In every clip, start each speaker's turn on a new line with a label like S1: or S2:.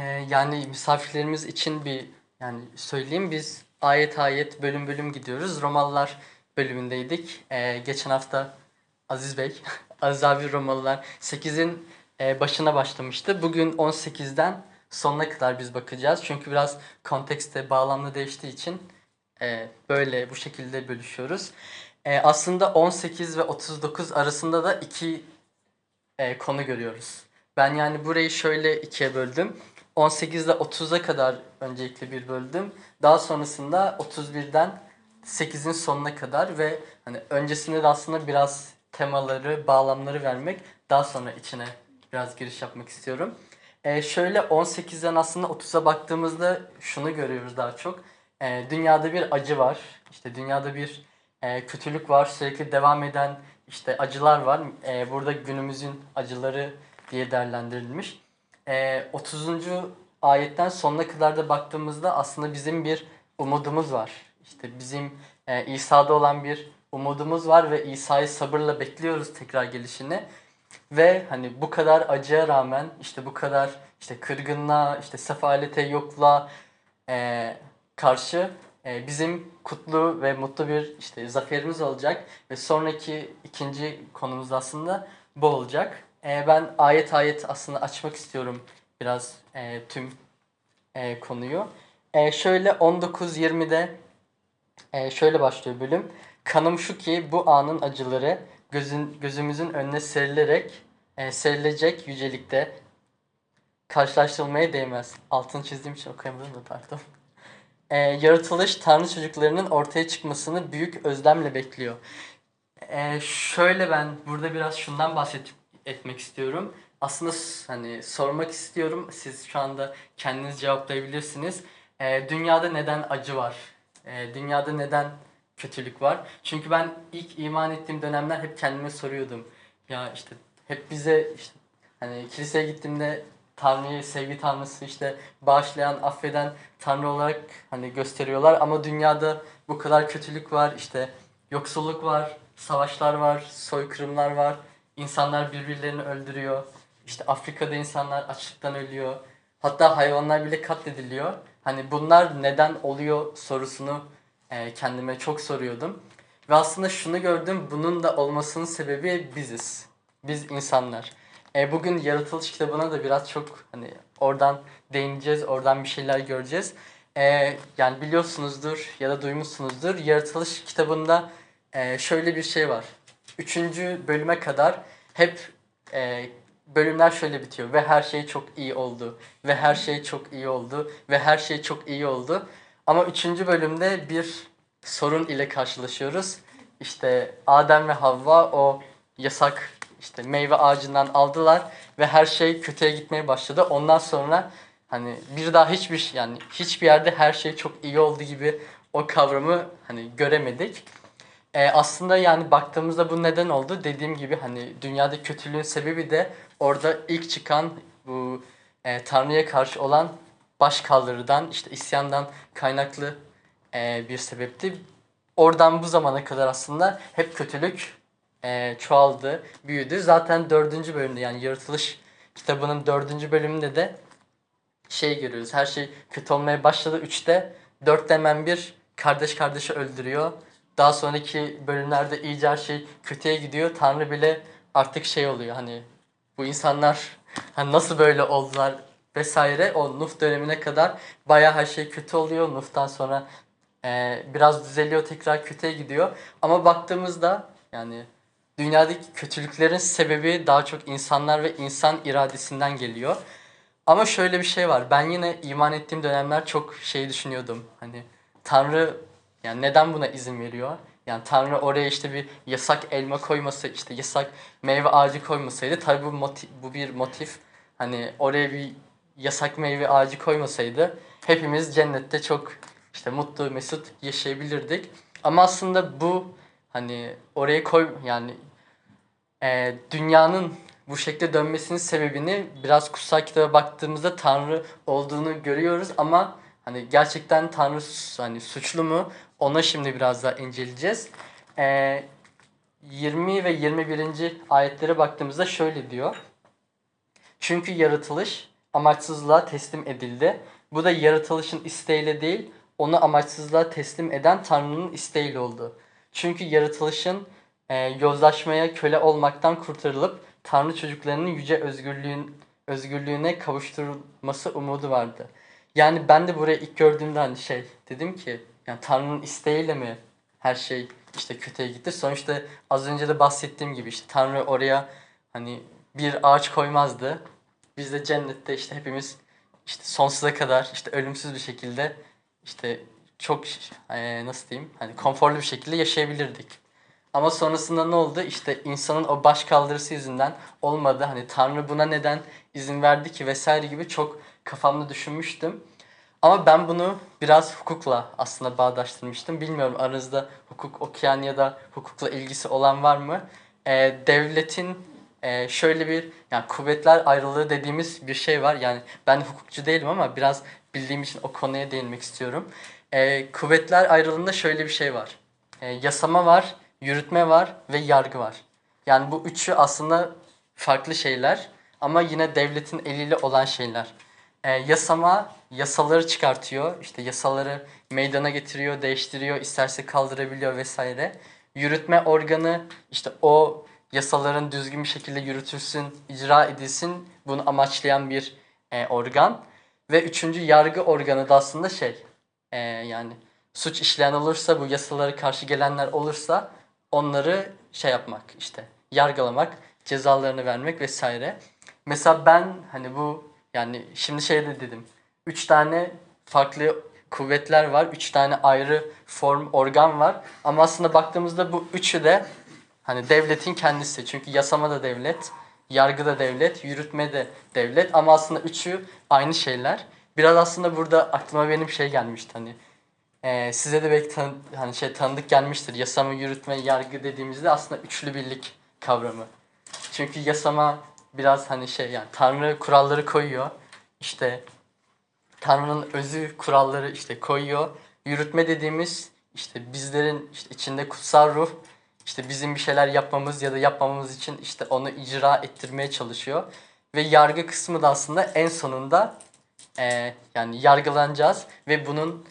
S1: Yani misafirlerimiz için bir yani söyleyeyim biz ayet ayet bölüm bölüm gidiyoruz. Romalılar bölümündeydik. Geçen hafta Aziz Bey, Aziz abi Romalılar 8'in başına başlamıştı. Bugün 18'den sonuna kadar biz bakacağız. Çünkü biraz kontekste bağlamlı değiştiği için böyle bu şekilde bölüşüyoruz. Aslında 18 ve 39 arasında da iki konu görüyoruz. Ben yani burayı şöyle ikiye böldüm. 18 ile 30'a kadar öncelikle bir böldüm. Daha sonrasında 31'den 8'in sonuna kadar ve hani öncesinde de aslında biraz temaları, bağlamları vermek, daha sonra içine biraz giriş yapmak istiyorum. Şöyle 18'den aslında 30'a baktığımızda şunu görüyoruz daha çok. Dünyada bir acı var. İşte dünyada bir kötülük var. Sürekli devam eden işte acılar var. Burada günümüzün acıları diye değerlendirilmiş. 30. ayetten sonuna kadar da baktığımızda aslında bizim bir umudumuz var. İşte bizim İsa'da olan bir umudumuz var ve İsa'yı sabırla bekliyoruz tekrar gelişini. Ve hani bu kadar acıya rağmen işte bu kadar işte kırgınlığa, işte sefalete, yokluğa karşı bizim kutlu ve mutlu bir işte zaferimiz olacak ve sonraki ikinci konumuz aslında bu olacak. Ben ayet ayet aslında açmak istiyorum biraz tüm konuyu. Şöyle 19-20'de şöyle başlıyor bölüm. Kanım şu ki bu anın acıları gözümüzün önüne serilecek yücelikte karşılaştırılmaya değmez. Altını çizdiğim için okuyamadım da pardon. Yaratılış Tanrı çocuklarının ortaya çıkmasını büyük özlemle bekliyor. Şöyle ben burada biraz şundan etmek istiyorum. Aslında hani sormak istiyorum. Siz şu anda kendiniz cevaplayabilirsiniz. Dünyada neden acı var? Dünyada neden kötülük var? Çünkü ben ilk iman ettiğim dönemler hep kendime soruyordum. Ya işte hep bize işte hani kiliseye gittiğimde Tanrı'yı sevgi tanrısı işte bağışlayan, affeden Tanrı olarak hani gösteriyorlar ama dünyada bu kadar kötülük var, işte yoksulluk var, savaşlar var, soykırımlar var, insanlar birbirlerini öldürüyor. İşte Afrika'da insanlar açlıktan ölüyor. Hatta hayvanlar bile katlediliyor. Hani bunlar neden oluyor sorusunu kendime çok soruyordum. Ve aslında şunu gördüm, bunun da olmasının sebebi biziz. Biz insanlar. Bugün Yaratılış kitabına da biraz çok hani oradan değineceğiz, oradan bir şeyler göreceğiz. Yani biliyorsunuzdur ya da duymuşsunuzdur. Yaratılış kitabında şöyle bir şey var. Üçüncü bölüme kadar hep bölümler şöyle bitiyor. Ve her şey çok iyi oldu. Ve her şey çok iyi oldu. Ve her şey çok iyi oldu. Ama üçüncü bölümde bir sorun ile karşılaşıyoruz. İşte Adem ve Havva o yasak işte meyve ağacından aldılar ve her şey kötüye gitmeye başladı. Ondan sonra hani bir daha yani hiçbir yerde her şey çok iyi oldu gibi o kavramı hani göremedik. Aslında yani baktığımızda bu neden oldu? Dediğim gibi hani dünyada kötülüğün sebebi de orada ilk çıkan bu Tanrı'ya karşı olan başkaldırıdan işte isyandan kaynaklı bir sebepti. Oradan bu zamana kadar aslında hep kötülük çoğaldı, büyüdü. Zaten dördüncü bölümde yani Yaratılış kitabının dördüncü bölümünde de şey görüyoruz. Her şey kötü olmaya başladı. 3'te 4'te hemen bir kardeş kardeşi öldürüyor. Daha sonraki bölümlerde iyice her şey kötüye gidiyor. Tanrı bile artık şey oluyor hani bu insanlar hani nasıl böyle oldular vesaire. O Nuh dönemine kadar bayağı her şey kötü oluyor. Nuh'tan sonra biraz düzeliyor, tekrar kötüye gidiyor. Ama baktığımızda yani dünyadaki kötülüklerin sebebi daha çok insanlar ve insan iradesinden geliyor. Ama şöyle bir şey var. Ben yine iman ettiğim dönemler çok şey düşünüyordum. Hani Tanrı yani neden buna izin veriyor? Yani Tanrı oraya işte bir yasak elma koymasa, işte yasak meyve ağacı koymasaydı tabii bu bir motif. Hani oraya bir yasak meyve ağacı koymasaydı hepimiz cennette çok işte mutlu, mesut yaşayabilirdik. Ama aslında bu hani oraya yani dünyanın bu şekilde dönmesinin sebebini biraz kutsal kitaba baktığımızda Tanrı olduğunu görüyoruz ama hani gerçekten Tanrı hani suçlu mu? Ona şimdi biraz daha inceleyeceğiz. E, 20 ve 21. ayetlere baktığımızda şöyle diyor. Çünkü yaratılış amaçsızlığa teslim edildi. Bu da yaratılışın isteğiyle değil, onu amaçsızlığa teslim eden Tanrı'nın isteğiyle oldu. Çünkü yaratılışın yozlaşmaya, köle olmaktan kurtarılıp Tanrı çocuklarının yüce özgürlüğüne kavuşturulması umudu vardı. Yani ben de burayı ilk gördüğümde hani dedim ki yani Tanrı'nın isteğiyle mi her şey işte kötüye gitti? Sonuçta az önce de bahsettiğim gibi işte Tanrı oraya hani bir ağaç koymazdı. Biz de cennette işte hepimiz işte sonsuza kadar işte ölümsüz bir şekilde işte çok nasıl diyeyim hani konforlu bir şekilde yaşayabilirdik. Ama sonrasında ne oldu? İşte insanın o baş kaldırısı yüzünden olmadı. Hani Tanrı buna neden izin verdi ki vesaire gibi çok kafamda düşünmüştüm. Ama ben bunu biraz hukukla aslında bağdaştırmıştım. Bilmiyorum aranızda hukuk okuyan ya da hukukla ilgisi olan var mı? Devletin şöyle bir yani kuvvetler ayrılığı dediğimiz bir şey var. Yani ben hukukçu değilim ama biraz bildiğim için o konuya değinmek istiyorum. Kuvvetler ayrılığında şöyle bir şey var. Yasama var, yürütme var ve yargı var. Yani bu üçü aslında farklı şeyler ama yine devletin eliyle olan şeyler. Yasama yasaları çıkartıyor. İşte yasaları meydana getiriyor, değiştiriyor, isterse kaldırabiliyor vesaire. Yürütme organı işte o yasaların düzgün bir şekilde yürütülsün, icra edilsin bunu amaçlayan bir organ. Ve üçüncü yargı organı da aslında yani suç işleyen olursa bu yasalara karşı gelenler olursa onları yapmak işte yargılamak, cezalarını vermek vesaire. Mesela ben hani bu yani şimdi de dedim. Üç tane farklı kuvvetler var. Üç tane ayrı form, organ var. Ama aslında baktığımızda bu üçü de hani devletin kendisi. Çünkü yasama da devlet, yargı da devlet, yürütme de devlet. Ama aslında üçü aynı şeyler. Biraz aslında burada aklıma benim gelmişti hani. Size de belki hani tanıdık gelmiştir. Yasama, yürütme, yargı dediğimizde aslında üçlü birlik kavramı. Çünkü yasama biraz hani yani Tanrı kuralları koyuyor. İşte Tanrı'nın özü kuralları işte koyuyor. Yürütme dediğimiz işte bizlerin işte içinde kutsal ruh işte bizim bir şeyler yapmamız ya da yapmamamız için işte onu icra ettirmeye çalışıyor. Ve yargı kısmı da aslında en sonunda yani yargılanacağız ve bunun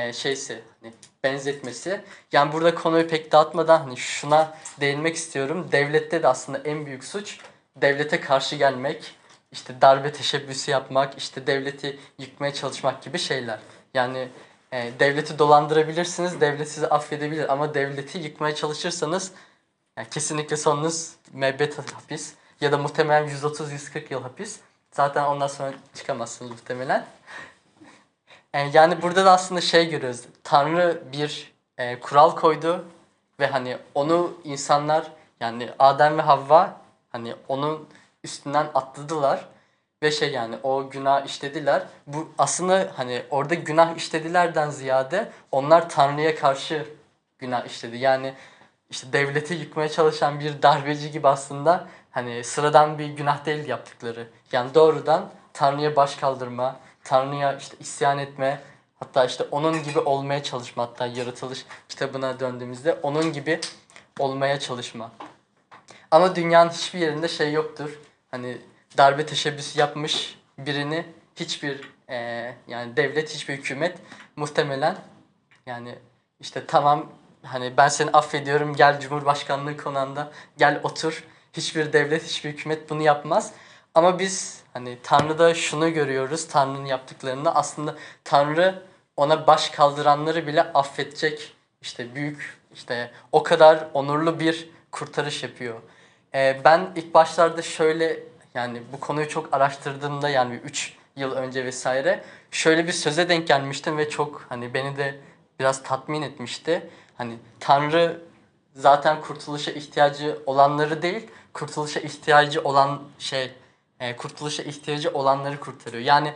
S1: hani benzetmesi. Yani burada konuyu pek dağıtmadan hani şuna değinmek istiyorum. Devlette de aslında en büyük suç devlete karşı gelmek, işte darbe teşebbüsü yapmak, işte devleti yıkmaya çalışmak gibi şeyler. Yani devleti dolandırabilirsiniz, devlet sizi affedebilir ama devleti yıkmaya çalışırsanız yani kesinlikle sonunuz müebbet hapis ya da muhtemelen 130-140 yıl hapis. Zaten ondan sonra çıkamazsınız muhtemelen. Yani burada da aslında görüyoruz. Tanrı bir kural koydu ve hani onu insanlar yani Adem ve Havva hani onun üstünden atladılar ve yani o günah işlediler. Bu aslında hani orada günah işledilerden ziyade onlar Tanrı'ya karşı günah işledi. Yani işte devleti yıkmaya çalışan bir darbeci gibi aslında hani sıradan bir günah değil yaptıkları. Yani doğrudan Tanrı'ya baş kaldırma, Tanrı'ya işte isyan etme, hatta işte onun gibi olmaya çalışma, hatta Yaratılış kitabına döndüğümüzde onun gibi olmaya çalışma. Ama dünyanın hiçbir yerinde yoktur. Hani darbe teşebbüsü yapmış birini hiçbir yani devlet, hiçbir hükümet muhtemelen yani işte tamam hani ben seni affediyorum gel Cumhurbaşkanlığı konağında gel otur. Hiçbir devlet, hiçbir hükümet bunu yapmaz. Ama biz hani Tanrı'da şunu görüyoruz. Tanrı'nın yaptıklarını aslında Tanrı ona baş kaldıranları bile affedecek. İşte büyük işte o kadar onurlu bir kurtarış yapıyor. Ben ilk başlarda yani bu konuyu çok araştırdığımda yani 3 yıl önce vesaire şöyle bir söze denk gelmiştim ve çok hani beni de biraz tatmin etmişti. Hani Tanrı zaten kurtuluşa ihtiyacı olanları değil, kurtuluşa ihtiyacı olan kurtuluşa ihtiyacı olanları kurtarıyor. Yani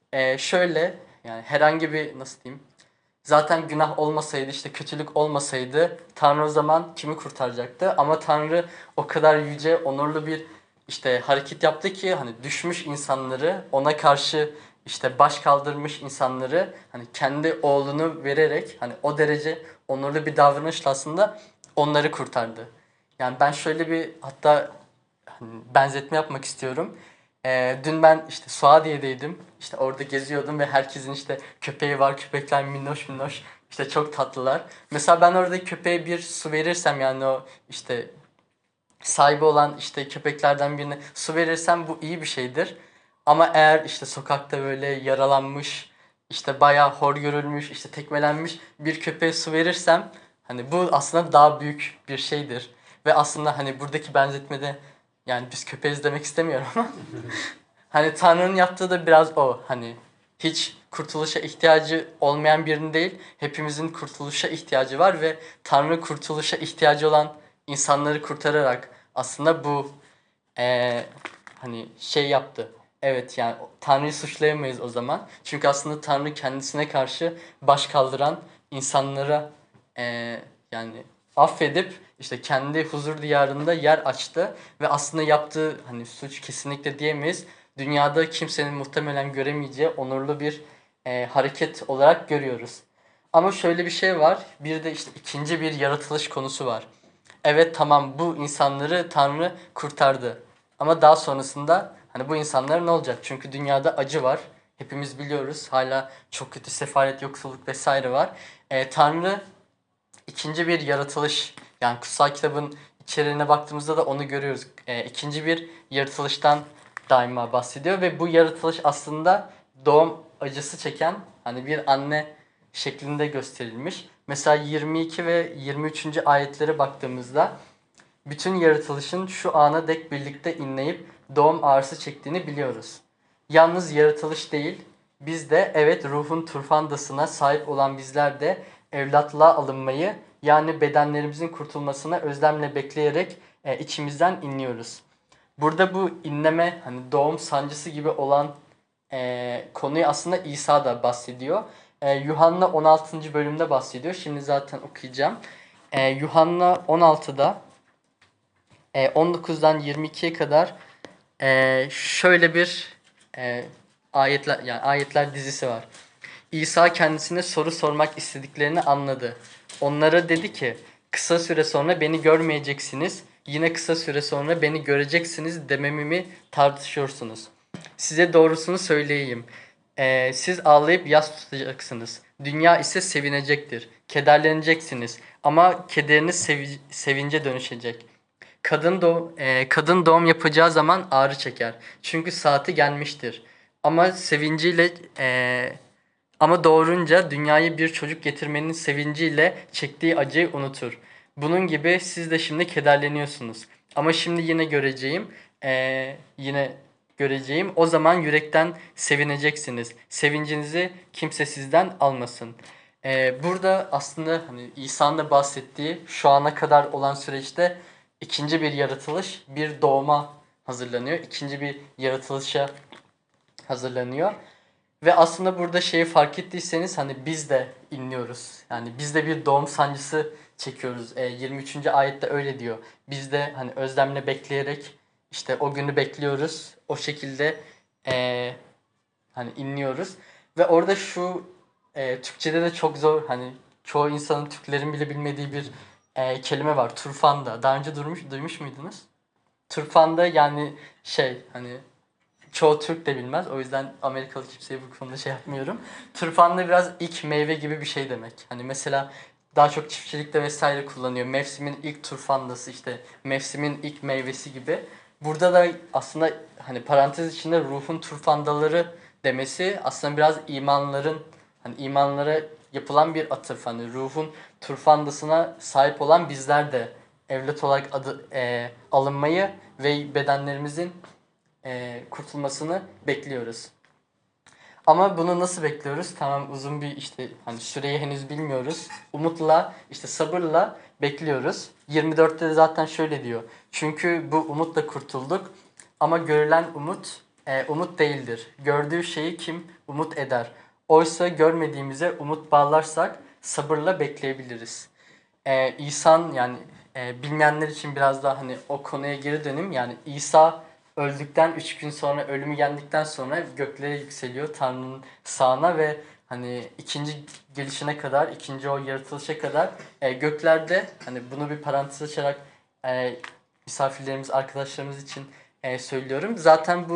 S1: yani herhangi bir nasıl diyeyim? Zaten günah olmasaydı işte kötülük olmasaydı Tanrı o zaman kimi kurtaracaktı? Ama Tanrı o kadar yüce, onurlu bir işte hareket yaptı ki hani düşmüş insanları ona karşı işte baş kaldırmış insanları hani kendi oğlunu vererek hani o derece onurlu bir davranışla aslında onları kurtardı. Yani ben şöyle bir hatta hani benzetme yapmak istiyorum. Dün ben işte Suadiye'deydim. İşte orada geziyordum ve herkesin işte köpeği var. Köpekler minnoş minnoş. İşte çok tatlılar. Mesela ben orada köpeğe bir su verirsem, yani o işte sahibi olan işte köpeklerden birine su verirsem bu iyi bir şeydir. Ama eğer işte sokakta böyle yaralanmış, işte bayağı hor görülmüş, işte tekmelenmiş bir köpeğe su verirsem, hani bu aslında daha büyük bir şeydir. Ve aslında hani buradaki benzetmede, yani biz köpeğiz demek istemiyorum ama hani Tanrı'nın yaptığı da biraz o. Hani hiç kurtuluşa ihtiyacı olmayan birini değil, hepimizin kurtuluşa ihtiyacı var ve Tanrı kurtuluşa ihtiyacı olan insanları kurtararak aslında bu eee, hani şey yaptı. Evet, yani Tanrı'yı suçlayamayız o zaman. Çünkü aslında Tanrı kendisine karşı baş kaldıran insanlara yani affedip işte kendi huzur diyarında yer açtı ve aslında yaptığı hani suç kesinlikle diyemeyiz. Dünyada kimsenin muhtemelen göremeyeceği onurlu bir hareket olarak görüyoruz. Ama şöyle bir şey var. Bir de işte ikinci bir yaratılış konusu var. Evet, tamam, bu insanları Tanrı kurtardı. Ama daha sonrasında hani bu insanlar ne olacak? Çünkü dünyada acı var. Hepimiz biliyoruz. Hala çok kötü sefalet, yoksulluk vesaire var. Tanrı ikinci bir yaratılış, yani kutsal kitabın içeriğine baktığımızda da onu görüyoruz. İkinci bir yaratılıştan daima bahsediyor ve bu yaratılış aslında doğum acısı çeken hani bir anne şeklinde gösterilmiş. Mesela 22 ve 23. ayetlere baktığımızda bütün yaratılışın şu ana dek birlikte inleyip doğum ağrısı çektiğini biliyoruz. Yalnız yaratılış değil, biz de evet ruhun turfandasına sahip olan bizler de evlatlığa alınmayı, yani bedenlerimizin kurtulmasına özlemle bekleyerek içimizden inliyoruz. Burada bu inleme, hani doğum sancısı gibi olan konuyu aslında İsa da bahsediyor. Yuhanna 16. bölümde bahsediyor. Şimdi zaten okuyacağım. Yuhanna 16'da 19'dan 22'ye kadar şöyle bir e, ayetler, yani ayetler dizisi var. İsa kendisine soru sormak istediklerini anladı. Onlara dedi ki, kısa süre sonra beni görmeyeceksiniz, yine kısa süre sonra beni göreceksiniz dememi mi tartışıyorsunuz? Size doğrusunu söyleyeyim. Siz ağlayıp yas tutacaksınız. Dünya ise sevinecektir. Kederleneceksiniz. Ama kederiniz sevince dönüşecek. Kadın doğum yapacağı zaman ağrı çeker. Çünkü saati gelmiştir. Ama sevinciyle ama doğurunca dünyaya bir çocuk getirmenin sevinciyle çektiği acıyı unutur. Bunun gibi siz de şimdi kederleniyorsunuz. Ama şimdi yine göreceğim. O zaman yürekten sevineceksiniz. Sevincinizi kimse sizden almasın. Burada aslında hani İsa'nın da bahsettiği şu ana kadar olan süreçte ikinci bir yaratılış, bir doğuma hazırlanıyor. İkinci bir yaratılışa hazırlanıyor. Ve aslında burada şeyi fark ettiyseniz hani biz de inliyoruz. Yani biz de bir doğum sancısı çekiyoruz. 23. ayette öyle diyor. Biz de hani özlemle bekleyerek işte o günü bekliyoruz. O şekilde e, hani inliyoruz. Ve orada şu Türkçe'de de çok zor, hani çoğu insanın, Türklerin bile bilmediği bir kelime var. Turfanda. Daha önce duymuş muydunuz? Turfanda yani şey, hani çoğu Türk de bilmez. O yüzden Amerikalı kimseye bu konuda şey yapmıyorum. Turfanda biraz ilk meyve gibi bir şey demek. Hani mesela daha çok çiftçilikte vesaire kullanıyor. Mevsimin ilk turfandası, işte mevsimin ilk meyvesi gibi. Burada da aslında hani parantez içinde ruhun turfandaları demesi aslında biraz imanların, hani imanlara yapılan bir atıf. Hani ruhun turfandasına sahip olan bizler de evlat olarak alınmayı ve bedenlerimizin kurtulmasını bekliyoruz. Ama bunu nasıl bekliyoruz? Tamam, uzun bir işte hani süreyi henüz bilmiyoruz. Umutla, işte sabırla bekliyoruz. 24'te de zaten şöyle diyor. Çünkü bu umutla kurtulduk. Ama görülen umut umut değildir. Gördüğü şeyi kim umut eder? Oysa görmediğimize umut bağlarsak sabırla bekleyebiliriz. İsa'nın, yani bilmeyenler için biraz daha hani o konuya geri döneyim. Yani İsa öldükten 3 gün sonra, ölümü yendikten sonra göklere yükseliyor Tanrı'nın sağına ve hani ikinci gelişine kadar, ikinci o yaratılışa kadar göklerde, hani bunu bir parantez açarak misafirlerimiz, arkadaşlarımız için söylüyorum. Zaten bu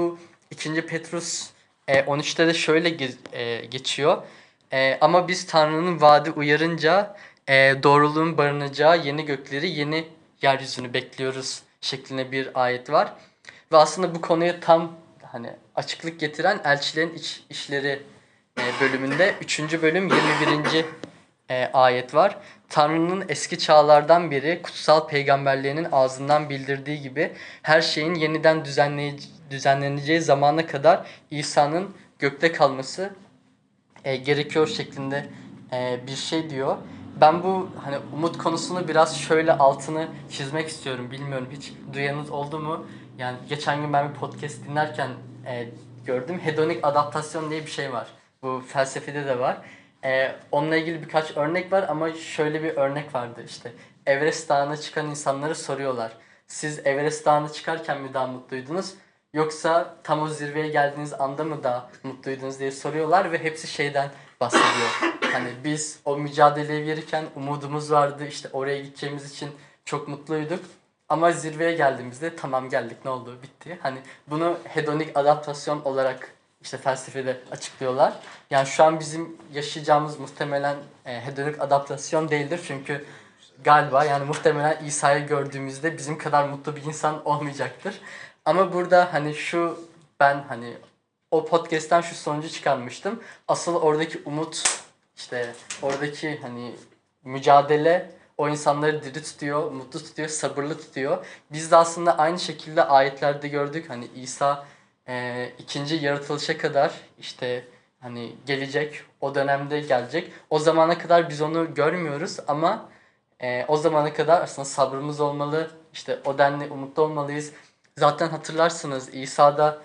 S1: 2. Petrus 13'te de şöyle geçiyor. Ama biz Tanrı'nın vaadi uyarınca doğruluğun barınacağı yeni gökleri, yeni yeryüzünü bekliyoruz şeklinde bir ayet var. Ve aslında bu konuya tam hani açıklık getiren Elçilerin İşleri bölümünde 3. bölüm 21. Ayet var. Tanrı'nın eski çağlardan beri kutsal peygamberlerinin ağzından bildirdiği gibi her şeyin yeniden düzenleneceği zamana kadar İsa'nın gökte kalması gerekiyor şeklinde bir şey diyor. Ben bu hani umut konusunu biraz şöyle altını çizmek istiyorum. Bilmiyorum hiç duyanız oldu mu? Yani geçen gün ben bir podcast dinlerken gördüm. Hedonik adaptasyon diye bir şey var. Bu felsefede de var. Onunla ilgili birkaç örnek var ama şöyle bir örnek vardı işte. Everest Dağı'na çıkan insanları soruyorlar. Siz Everest Dağı'na çıkarken mi daha mutluydunuz? Yoksa tam o zirveye geldiğiniz anda mı daha mutluydunuz diye soruyorlar ve hepsi şeyden bahsediyor. Hani biz o mücadeleyi verirken umudumuz vardı, işte oraya gideceğimiz için çok mutluyduk. Ama zirveye geldiğimizde tamam geldik, ne oldu, bitti. Hani bunu hedonik adaptasyon olarak işte felsefede açıklıyorlar. Yani şu an bizim yaşayacağımız muhtemelen hedonik adaptasyon değildir. Çünkü galiba yani muhtemelen İsa'yı gördüğümüzde bizim kadar mutlu bir insan olmayacaktır. Ama burada hani ben hani o podcast'ten şu sonucu çıkarmıştım. Asıl oradaki umut, işte oradaki hani mücadele o insanları diri tutuyor, mutlu tutuyor, sabırlı tutuyor. Biz de aslında aynı şekilde ayetlerde gördük. Hani İsa ikinci yaratılışa kadar işte hani gelecek, o dönemde gelecek. O zamana kadar biz onu görmüyoruz ama o zamana kadar aslında sabrımız olmalı. İşte o denli umutlu olmalıyız. Zaten hatırlarsınız İsa da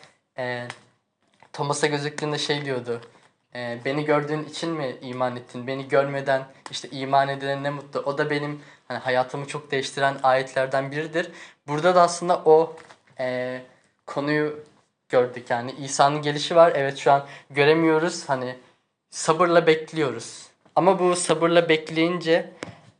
S1: Thomas'a gözüktüğünde şey diyordu. Beni gördüğün için mi iman ettin? Beni görmeden işte iman edene ne mutlu. O da benim hani hayatımı çok değiştiren ayetlerden biridir. Burada da aslında o konuyu gördük. Yani İsa'nın gelişi var. Evet şu an göremiyoruz. Hani sabırla bekliyoruz. Ama bu sabırla bekleyince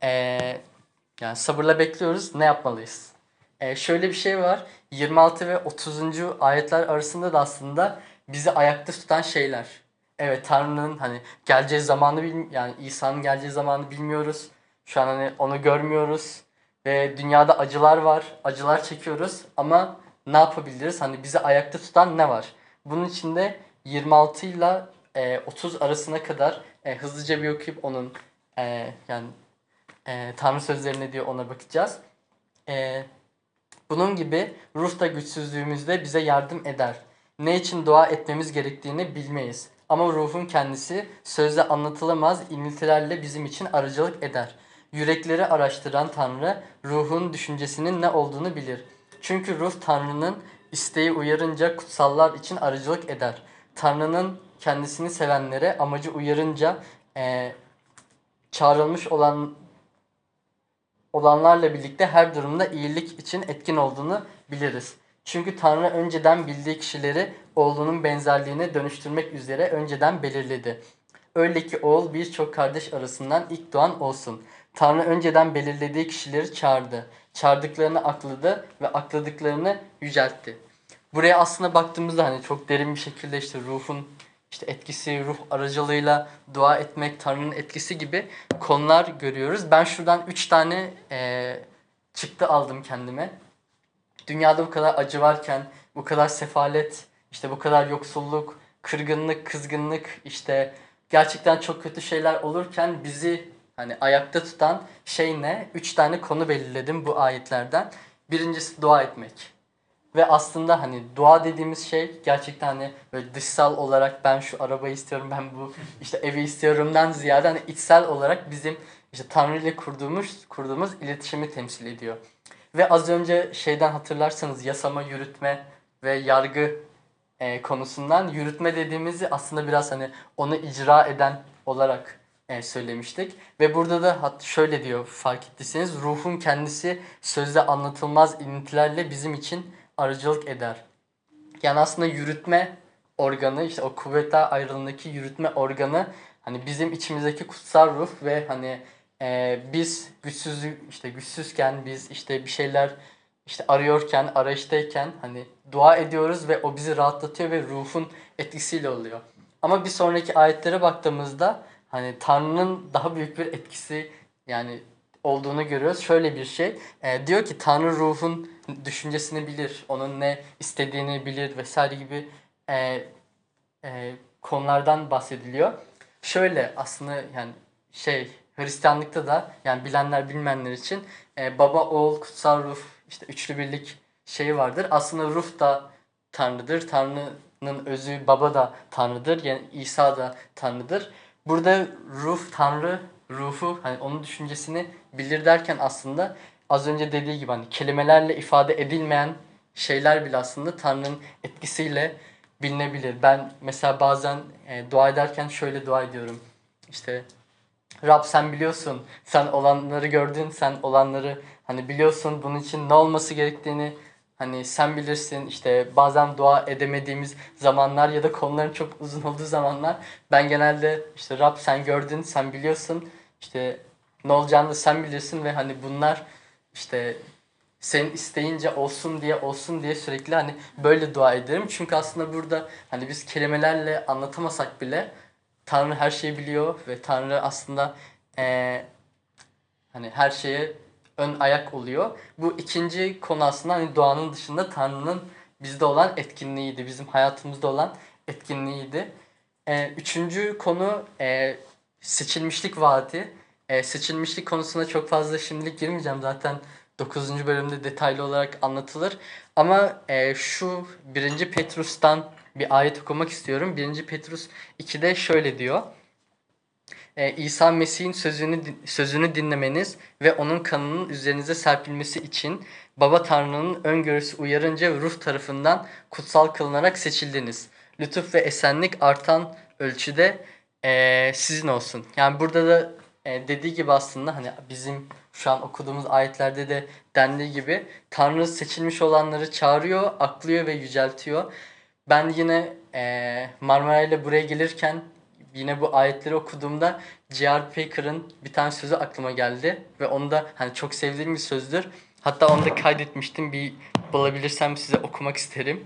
S1: yani sabırla bekliyoruz. Ne yapmalıyız? Şöyle bir şey var. 26 ve 30. ayetler arasında da aslında bizi ayakta tutan şeyler. Evet Tanrı'nın hani geleceği zamanı yani İsa'nın geleceği zamanı bilmiyoruz. Şu an hani onu görmüyoruz. Ve dünyada acılar var. Acılar çekiyoruz. Ama ne yapabiliriz? Hani bizi ayakta tutan ne var? Bunun içinde 26 ile 30 arasına kadar hızlıca bir okuyup onun yani Tanrı sözleri ne diyor ona bakacağız. E, Bunun gibi ruh da güçsüzlüğümüzde bize yardım eder. Ne için dua etmemiz gerektiğini bilmeyiz. Ama ruhun kendisi sözle anlatılamaz iniltilerle bizim için aracılık eder. Yürekleri araştıran Tanrı ruhun düşüncesinin ne olduğunu bilir. Çünkü ruh Tanrı'nın isteği uyarınca kutsallar için aracılık eder. Tanrı'nın kendisini sevenlere amacı uyarınca çağrılmış olanlarla birlikte her durumda iyilik için etkin olduğunu biliriz. Çünkü Tanrı önceden bildiği kişileri oğlunun benzerliğine dönüştürmek üzere önceden belirledi. Öyle ki oğul birçok kardeş arasından ilk doğan olsun. Tanrı önceden belirlediği kişileri çağırdı. Çağırdıklarını akladı ve akladıklarını yüceltti. Buraya aslında baktığımızda hani çok derin bir şekilde işte ruhun işte etkisi, ruh aracılığıyla dua etmek, Tanrı'nın etkisi gibi konular görüyoruz. Ben şuradan 3 tane çıktı aldım kendime. Dünyada bu kadar acı varken, bu kadar sefalet, işte bu kadar yoksulluk, kırgınlık, kızgınlık, işte gerçekten çok kötü şeyler olurken bizi hani ayakta tutan şey ne? 3 tane konu belirledim bu ayetlerden. Birincisi dua etmek. Ve aslında hani dua dediğimiz şey gerçekten hani böyle dışsal olarak ben şu arabayı istiyorum, ben bu işte evi istiyorumdan ziyade hani içsel olarak bizim işte Tanrı ile kurduğumuz iletişimi temsil ediyor. Ve az önce şeyden hatırlarsanız yasama, yürütme ve yargı konusundan yürütme dediğimizi aslında biraz hani onu icra eden olarak söylemiştik. Ve burada da şöyle diyor fark ettiyseniz ruhun kendisi sözde anlatılmaz ilintilerle bizim için aracılık eder. Yani aslında yürütme organı işte o kuvvetler ayrılığındaki yürütme organı hani bizim içimizdeki kutsal ruh ve hani biz güçsüzken biz işte bir şeyler işte arıyorken, arayıştayken hani dua ediyoruz ve o bizi rahatlatıyor ve ruhun etkisiyle oluyor. Ama bir sonraki ayetlere baktığımızda hani Tanrı'nın daha büyük bir etkisi yani olduğunu görüyoruz. Şöyle bir şey diyor ki Tanrı ruhun düşüncesini bilir, onun ne istediğini bilir vesaire gibi e, konulardan bahsediliyor. Şöyle aslında yani Hristiyanlıkta da yani bilenler bilmeyenler için baba, oğul, kutsal ruh işte üçlü birlik şeyi vardır. Aslında ruh da Tanrı'dır. Tanrı'nın özü baba da Tanrı'dır. Yani İsa da Tanrı'dır. Burada ruh Tanrı ruhu hani onun düşüncesini bilir derken aslında az önce dediği gibi hani kelimelerle ifade edilmeyen şeyler bile aslında Tanrı'nın etkisiyle bilinebilir. Ben mesela bazen dua ederken şöyle dua ediyorum. İşte Rab sen biliyorsun, sen olanları gördün, sen olanları hani biliyorsun bunun için ne olması gerektiğini hani sen bilirsin. İşte bazen dua edemediğimiz zamanlar ya da konuların çok uzun olduğu zamanlar ben genelde işte Rab sen gördün, sen biliyorsun. İşte ne olacağını da sen bilirsin ve hani bunlar işte senin isteyince olsun diye sürekli hani böyle dua ederim. Çünkü aslında burada hani biz kelimelerle anlatamasak bile Tanrı her şeyi biliyor ve Tanrı aslında eee, hani her şeye ön ayak oluyor. Bu ikinci konu aslında hani doğanın dışında Tanrı'nın bizde olan etkinliğiydi. Bizim hayatımızda olan etkinliğiydi. Üçüncü konu seçilmişlik vaadi. Seçilmişlik konusuna çok fazla şimdilik girmeyeceğim. Zaten dokuzuncu bölümde detaylı olarak anlatılır. Ama şu birinci Petrus'tan bir ayet okumak istiyorum. Birinci Petrus 2'de şöyle diyor. İsa Mesih'in sözünü dinlemeniz ve onun kanının üzerinize serpilmesi için Baba Tanrı'nın öngörüsü uyarınca ruh tarafından kutsal kılınarak seçildiniz. Lütuf ve esenlik artan ölçüde sizin olsun. Yani burada da dediği gibi aslında hani bizim şu an okuduğumuz ayetlerde de dendiği gibi Tanrı seçilmiş olanları çağırıyor, aklıyor ve yüceltiyor. Ben yine Marmara ile buraya gelirken yine bu ayetleri okuduğumda J.R. Paker'ın bir tane sözü aklıma geldi ve onu da hani çok sevdiğim bir sözdür. Hatta onu da kaydetmiştim. Bir bulabilirsem size okumak isterim.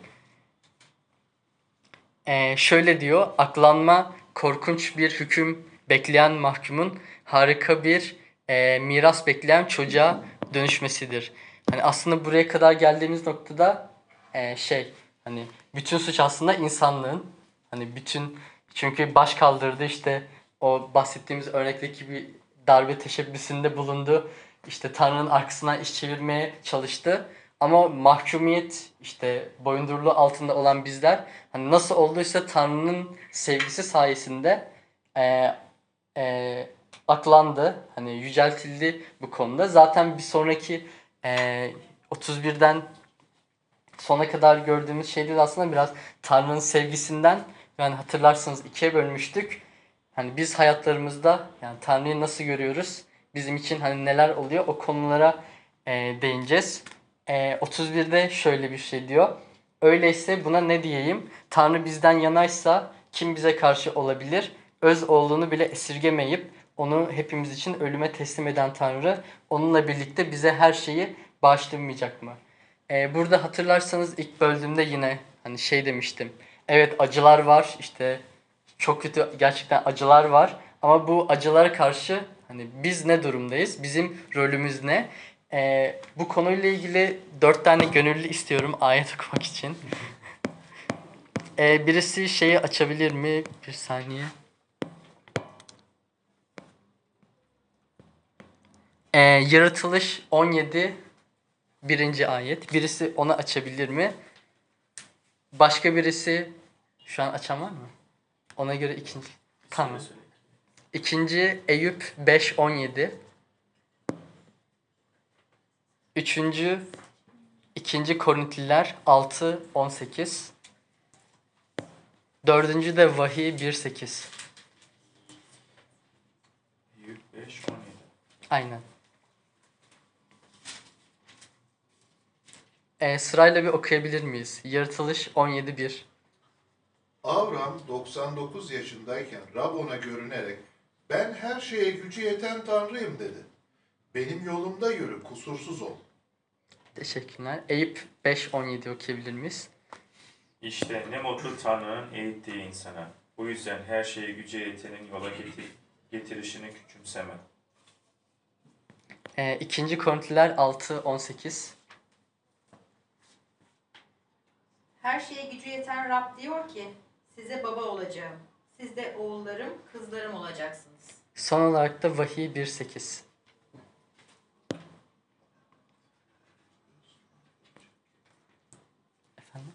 S1: Şöyle diyor. Aklanma korkunç bir hüküm bekleyen mahkumun harika bir miras bekleyen çocuğa dönüşmesidir. Hani aslında buraya kadar geldiğimiz noktada hani bütün suç aslında insanlığın hani bütün çünkü baş kaldırdı işte o bahsettiğimiz örnekteki bir darbe teşebbüsünde bulundu. İşte Tanrı'nın arkasından iş çevirmeye çalıştı. Ama mahkumiyet işte boyunduruluğu altında olan bizler hani nasıl olduysa Tanrı'nın sevgisi sayesinde e, aklandı. Hani yüceltildi bu konuda. Zaten bir sonraki 31'den sona kadar gördüğümüz şeyde de aslında biraz Tanrı'nın sevgisinden yani hatırlarsanız ikiye bölmüştük. Hani biz hayatlarımızda yani Tanrı'yı nasıl görüyoruz? Bizim için hani neler oluyor? O konulara değineceğiz. 31'de şöyle bir şey diyor. Öyleyse buna ne diyeyim? Tanrı bizden yanaysa kim bize karşı olabilir? Öz oğlunu bile esirgemeyip onu hepimiz için ölüme teslim eden Tanrı onunla birlikte bize her şeyi bağışlamayacak mı? Burada hatırlarsanız ilk böldüğümde yine hani demiştim. Evet acılar var işte çok kötü gerçekten acılar var ama bu acılara karşı hani biz ne durumdayız? Bizim rolümüz ne? Bu konuyla ilgili 4 tane gönüllü istiyorum ayet okumak için. Birisi şeyi açabilir mi? Bir saniye. Yaratılış 17 birinci ayet. Birisi onu açabilir mi? Başka birisi şu an açan var mı? Ona göre ikinci. Tamam. İkinci Eyüp 5:17. Üçüncü ikinci Korintliler 6:18. Dördüncü de Vahiy 1:8.
S2: 5-17.
S1: Aynen. Sırayla bir okuyabilir miyiz? Yaratılış 17:1.
S3: Avram 99 yaşındayken Rab ona görünerek ben her şeye gücü yeten Tanrıyım dedi. Benim yolumda yürü, kusursuz ol.
S1: Teşekkürler. Eyüp 5:17 okuyabilir miyiz?
S2: İşte ne mutlu Tanrı'nın eğittiği insana. Bu yüzden her şeyi güce yetenin yola getirişini küçümseme.
S1: 2. Korintiler 6:18.
S4: Her şeye gücü yeten Rab diyor ki, size baba olacağım. Siz de oğullarım, kızlarım olacaksınız.
S1: Son olarak da Vahiy 1:8. Efendim?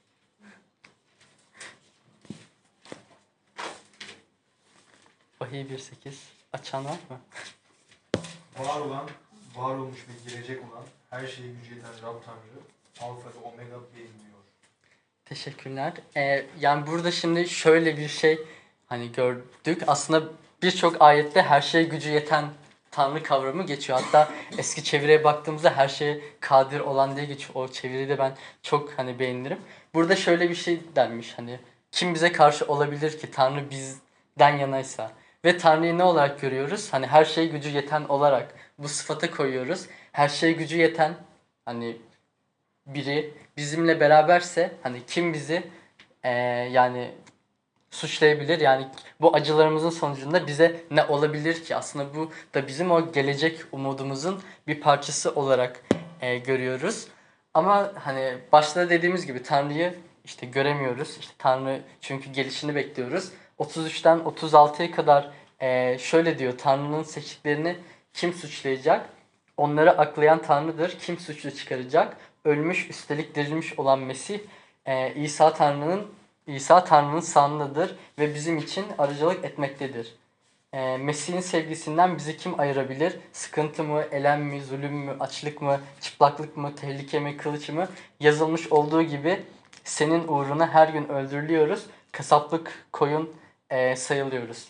S1: Vahiy 1:8. Açan var mı?
S5: Var olan, var olmuş ve gelecek olan, her şeye gücü yeten Rab Tanrı, Alfa ve Omega bilmiyor.
S1: Teşekkürler. Yani burada şimdi şöyle bir şey hani gördük. Aslında birçok ayette her şeye gücü yeten Tanrı kavramı geçiyor. Hatta eski çevireye baktığımızda her şeye kadir olan diye geçiyor. O çeviriyi de ben çok hani beğenirim. Burada şöyle bir şey denmiş hani kim bize karşı olabilir ki Tanrı bizden yanaysa. Ve Tanrı'yı ne olarak görüyoruz? Hani her şeye gücü yeten olarak bu sıfata koyuyoruz. Her şeye gücü yeten hani biri bizimle beraberse hani kim bizi yani suçlayabilir? Yani bu acılarımızın sonucunda bize ne olabilir ki? Aslında bu da bizim o gelecek umudumuzun bir parçası olarak görüyoruz. Ama hani başta dediğimiz gibi Tanrı'yı işte göremiyoruz. İşte Tanrı çünkü gelişini bekliyoruz. 33'ten 36'ya kadar şöyle diyor. Tanrı'nın seçtiklerini kim suçlayacak? Onları aklayan Tanrı'dır. Kim suçlu çıkaracak? Ölmüş üstelik dirilmiş olan Mesih İsa Tanrı'nın sağındadır ve bizim için aracılık etmektedir. Mesih'in sevgisinden bizi kim ayırabilir? Sıkıntı mı, elem mi, zulüm mü, açlık mı, çıplaklık mı, tehlike mi, kılıç mı? Yazılmış olduğu gibi senin uğruna her gün öldürülüyoruz. Kasaplık koyun sayılıyoruz.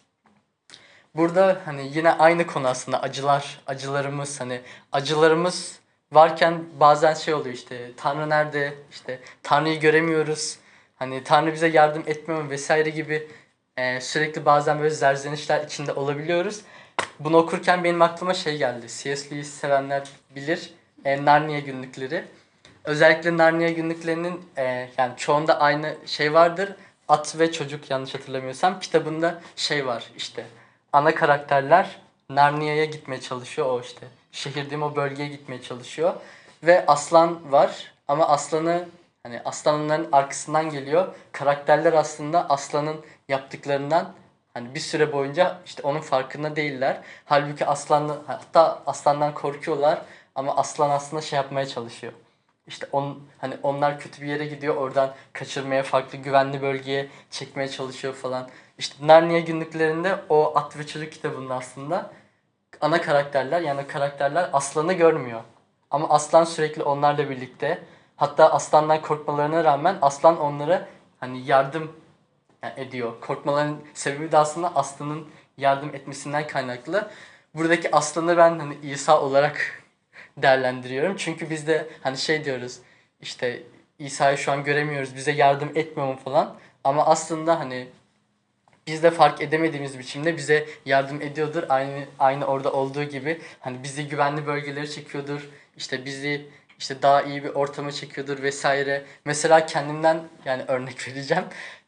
S1: Burada hani yine aynı konu aslında acılarımız hani acılarımız varken bazen şey oluyor işte Tanrı nerede işte Tanrı'yı göremiyoruz hani Tanrı bize yardım etmiyor mu vesaire gibi sürekli bazen böyle serzenişler içinde olabiliyoruz. Bunu okurken benim aklıma şey geldi. C.S. Lewis sevenler bilir. Narnia günlükleri. Özellikle Narnia günlüklerinin yani çoğunda aynı şey vardır. At ve çocuk yanlış hatırlamıyorsam kitabında şey var işte. Ana karakterler Narnia'ya gitmeye çalışıyor o işte. Şehir değil mi, o bölgeye gitmeye çalışıyor. Ve aslan var ama aslanı hani aslanların arkasından geliyor. Karakterler aslında aslanın yaptıklarından hani bir süre boyunca işte onun farkında değiller. Halbuki hatta aslandan korkuyorlar ama aslan aslında şey yapmaya çalışıyor. İşte hani onlar kötü bir yere gidiyor oradan kaçırmaya farklı güvenli bölgeye çekmeye çalışıyor falan. İşte Narnia günlüklerinde o At ve Çocuk kitabında aslında ana karakterler yani karakterler aslanı görmüyor. Ama aslan sürekli onlarla birlikte. Hatta aslandan korkmalarına rağmen aslan onlara hani yardım ediyor. Korkmaların sebebi de aslında aslanın yardım etmesinden kaynaklı. Buradaki aslanı ben hani İsa olarak değerlendiriyorum. Çünkü biz de hani şey diyoruz işte İsa'yı şu an göremiyoruz bize yardım etmiyor mu falan. Ama aslında hani biz de fark edemediğimiz biçimde bize yardım ediyordur. Aynı orada olduğu gibi hani bizi güvenli bölgelere çekiyordur. İşte bizi işte daha iyi bir ortama çekiyordur vesaire. Mesela kendimden yani örnek vereceğim.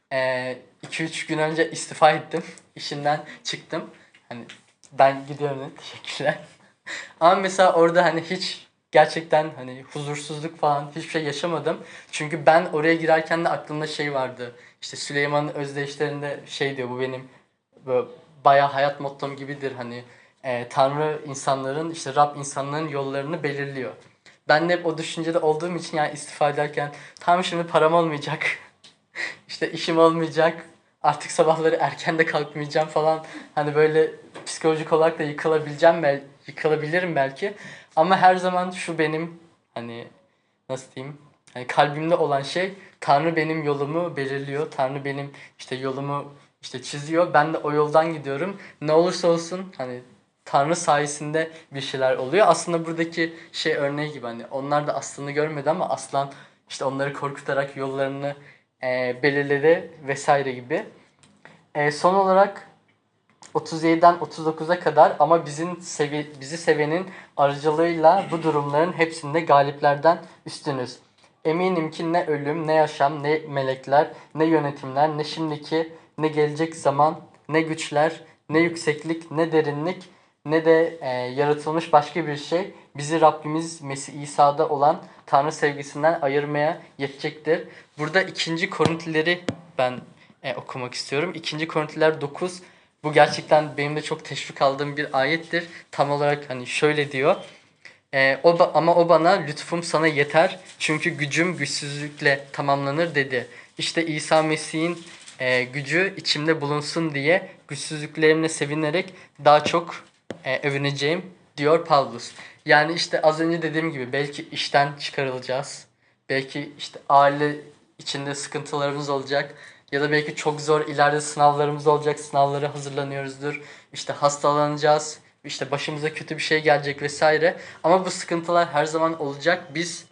S1: 2-3 gün önce istifa ettim. İşimden çıktım. Hani ben gidiyorum teşekkürler. Ama mesela orada hani hiç gerçekten hani huzursuzluk falan hiçbir şey yaşamadım. Çünkü ben oraya girerken de aklımda şey vardı. İşte Süleyman'ın özdeyişlerinde şey diyor bu benim böyle bayağı hayat mottom gibidir hani Tanrı insanların işte Rab insanların yollarını belirliyor. Ben de hep o düşüncede olduğum için yani istifa ederken tam şimdi param olmayacak. İşte işim olmayacak. Artık sabahları erken de kalkmayacağım falan. Hani böyle psikolojik olarak da yıkılabilirim belki. Ama her zaman şu benim hani nasıl diyeyim? Hani kalbimde olan şey Tanrı benim yolumu belirliyor. Tanrı benim işte yolumu işte çiziyor. Ben de o yoldan gidiyorum. Ne olursa olsun hani Tanrı sayesinde bir şeyler oluyor. Aslında buradaki şey örneği gibi hani onlar da aslanı görmedi ama aslan işte onları korkutarak yollarını belirledi vesaire gibi. Son olarak 37'den 39'a kadar ama bizi sevenin aracılığıyla bu durumların hepsinde galiplerden üstünüz. Eminim ki ne ölüm, ne yaşam, ne melekler, ne yönetimler, ne şimdiki, ne gelecek zaman, ne güçler, ne yükseklik, ne derinlik, ne de yaratılmış başka bir şey bizi Rabbimiz Mesih İsa'da olan Tanrı sevgisinden ayırmaya yetecektir. Burada 2. Korintlileri ben okumak istiyorum. 2. Korintliler 9. Bu gerçekten benim de çok teşvik aldığım bir ayettir. Tam olarak hani şöyle diyor. Ama o bana lütfum sana yeter çünkü gücüm güçsüzlükle tamamlanır dedi. İşte İsa Mesih'in gücü içimde bulunsun diye güçsüzlüklerimle sevinerek daha çok övüneceğim diyor Pavlus. Yani işte az önce dediğim gibi belki işten çıkarılacağız. Belki işte aile içinde sıkıntılarımız olacak. Ya da belki çok zor ileride sınavlarımız olacak. Sınavlara hazırlanıyoruzdur. İşte hastalanacağız. İşte başımıza kötü bir şey gelecek vesaire. Ama bu sıkıntılar her zaman olacak. Biz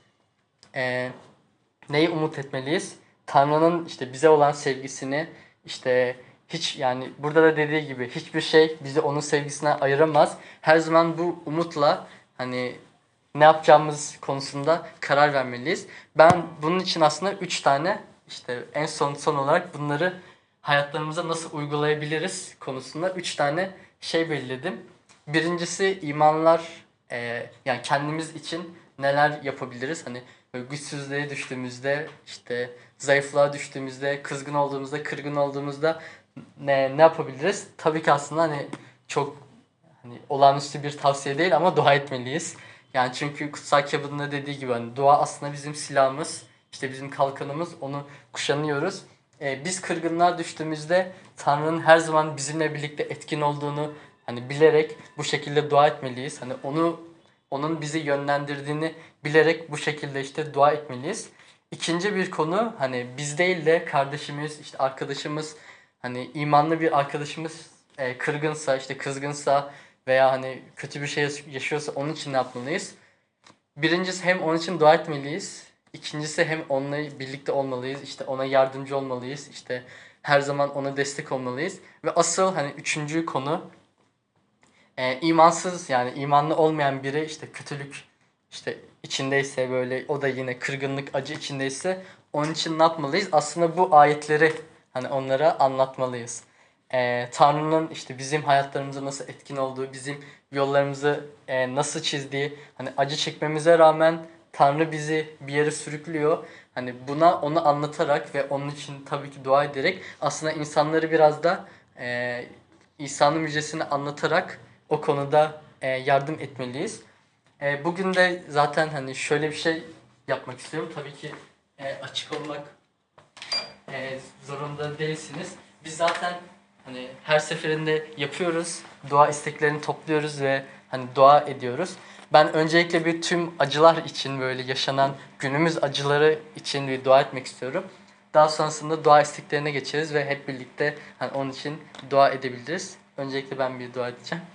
S1: neyi umut etmeliyiz? Tanrı'nın işte bize olan sevgisini, işte hiç yani burada da dediği gibi hiçbir şey bizi onun sevgisinden ayıramaz. Her zaman bu umutla hani ne yapacağımız konusunda karar vermeliyiz. Ben bunun için aslında 3 tane işte en son olarak bunları hayatlarımıza nasıl uygulayabiliriz konusunda 3 tane şey belirledim. Birincisi imanlar, yani kendimiz için neler yapabiliriz? Hani böyle güçsüzlüğe düştüğümüzde, işte zayıflığa düştüğümüzde, kızgın olduğumuzda, kırgın olduğumuzda ne yapabiliriz? Tabii ki aslında hani çok hani olağanüstü bir tavsiye değil ama dua etmeliyiz. Yani çünkü kutsal kitabın da dediği gibi hani dua aslında bizim silahımız, işte bizim kalkanımız, onu kuşanıyoruz. Biz kırgınlığa düştüğümüzde Tanrı'nın her zaman bizimle birlikte etkin olduğunu hani bilerek bu şekilde dua etmeliyiz. Hani onun bizi yönlendirdiğini bilerek bu şekilde işte dua etmeliyiz. İkinci bir konu hani biz değil de kardeşimiz, işte arkadaşımız, hani imanlı bir arkadaşımız kırgınsa, işte kızgınsa veya hani kötü bir şey yaşıyorsa onun için ne yapmalıyız? Birincisi hem onun için dua etmeliyiz. İkincisi hem onunla birlikte olmalıyız. İşte ona yardımcı olmalıyız. İşte her zaman ona destek olmalıyız. Ve asıl hani üçüncü konu imansız yani imanlı olmayan biri işte kötülük işte içindeyse böyle o da yine kırgınlık acı içindeyse onun için ne yapmalıyız? Aslında bu ayetleri hani onlara anlatmalıyız. Tanrı'nın işte bizim hayatlarımıza nasıl etkin olduğu, bizim yollarımızı nasıl çizdiği, hani acı çekmemize rağmen Tanrı bizi bir yere sürüklüyor. Hani onu anlatarak ve onun için tabii ki dua ederek aslında insanları biraz da İsa'nın müjdesini anlatarak o konuda yardım etmeliyiz. Bugün de zaten hani şöyle bir şey yapmak istiyorum. Tabii ki açık olmak zorunda değilsiniz. Biz zaten hani her seferinde yapıyoruz. Dua isteklerini topluyoruz ve hani dua ediyoruz. Ben öncelikle bir tüm acılar için böyle yaşanan günümüz acıları için bir dua etmek istiyorum. Daha sonrasında dua isteklerine geçeriz ve hep birlikte hani onun için dua edebiliriz. Öncelikle ben bir dua edeceğim.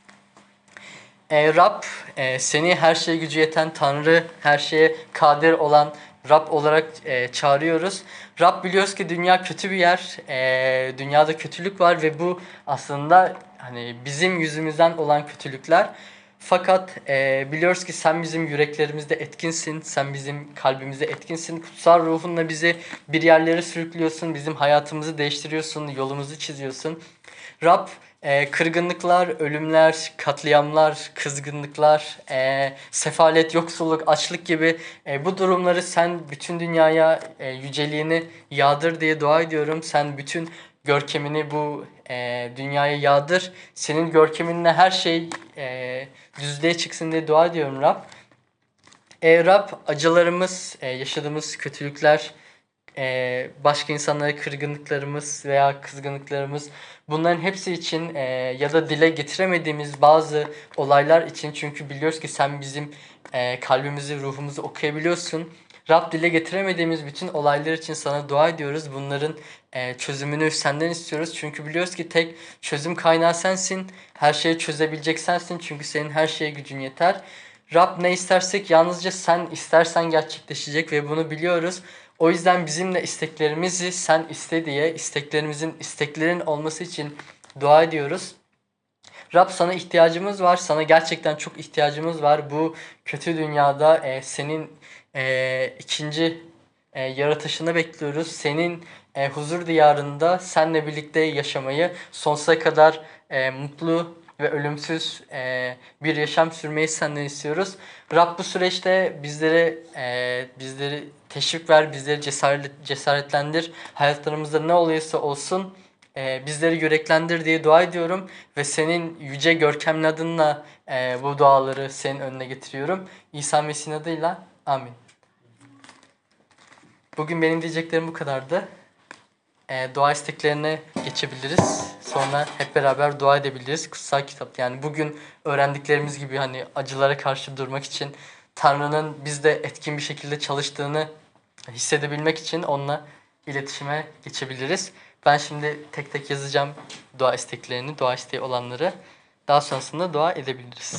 S1: Rab, seni her şeye gücü yeten Tanrı, her şeye kadir olan Rab olarak çağırıyoruz. Rab biliyoruz ki dünya kötü bir yer, dünyada kötülük var ve bu aslında hani bizim yüzümüzden olan kötülükler. Fakat biliyoruz ki sen bizim yüreklerimizde etkinsin, sen bizim kalbimizde etkinsin. Kutsal ruhunla bizi bir yerlere sürüklüyorsun, bizim hayatımızı değiştiriyorsun, yolumuzu çiziyorsun. Rab, kırgınlıklar, ölümler, katliamlar, kızgınlıklar, sefalet, yoksulluk, açlık gibi bu durumları sen bütün dünyaya yüceliğini yağdır diye dua ediyorum. Sen bütün görkemini bu dünyaya yağdır. Senin görkeminle her şey düzlüğe çıksın diye dua ediyorum Rab. Rab, acılarımız, yaşadığımız kötülükler, başka insanlara kırgınlıklarımız veya kızgınlıklarımız bunların hepsi için ya da dile getiremediğimiz bazı olaylar için çünkü biliyoruz ki sen bizim kalbimizi, ruhumuzu okuyabiliyorsun. Rab dile getiremediğimiz bütün olaylar için sana dua ediyoruz. Bunların çözümünü senden istiyoruz. Çünkü biliyoruz ki tek çözüm kaynağı sensin. Her şeyi çözebilecek sensin. Çünkü senin her şeye gücün yeter. Rab ne istersek yalnızca sen istersen gerçekleşecek ve bunu biliyoruz. O yüzden bizim de isteklerimizi sen iste diye isteklerin olması için dua ediyoruz. Rab sana ihtiyacımız var. Sana gerçekten çok ihtiyacımız var. Bu kötü dünyada senin ikinci yaratışını bekliyoruz. Senin huzur diyarında seninle birlikte yaşamayı, sonsuza kadar mutlu ve ölümsüz bir yaşam sürmeyi senden istiyoruz. Rab bu süreçte bizleri teşvik ver, bizleri cesaretlendir. Hayatlarımızda ne oluyorsa olsun bizleri yüreklendir diye dua ediyorum. Ve senin yüce görkemli adınla bu duaları senin önüne getiriyorum. İsa Mesih'in adıyla amin. Bugün benim diyeceklerim bu kadardı. Dua isteklerine geçebiliriz. Sonra hep beraber dua edebiliriz. Kutsal kitap. Yani bugün öğrendiklerimiz gibi hani acılara karşı durmak için Tanrı'nın bizde etkin bir şekilde çalıştığını hissedebilmek için onunla iletişime geçebiliriz. Ben şimdi tek tek yazacağım dua isteklerini, dua isteği olanları. Daha sonrasında dua edebiliriz.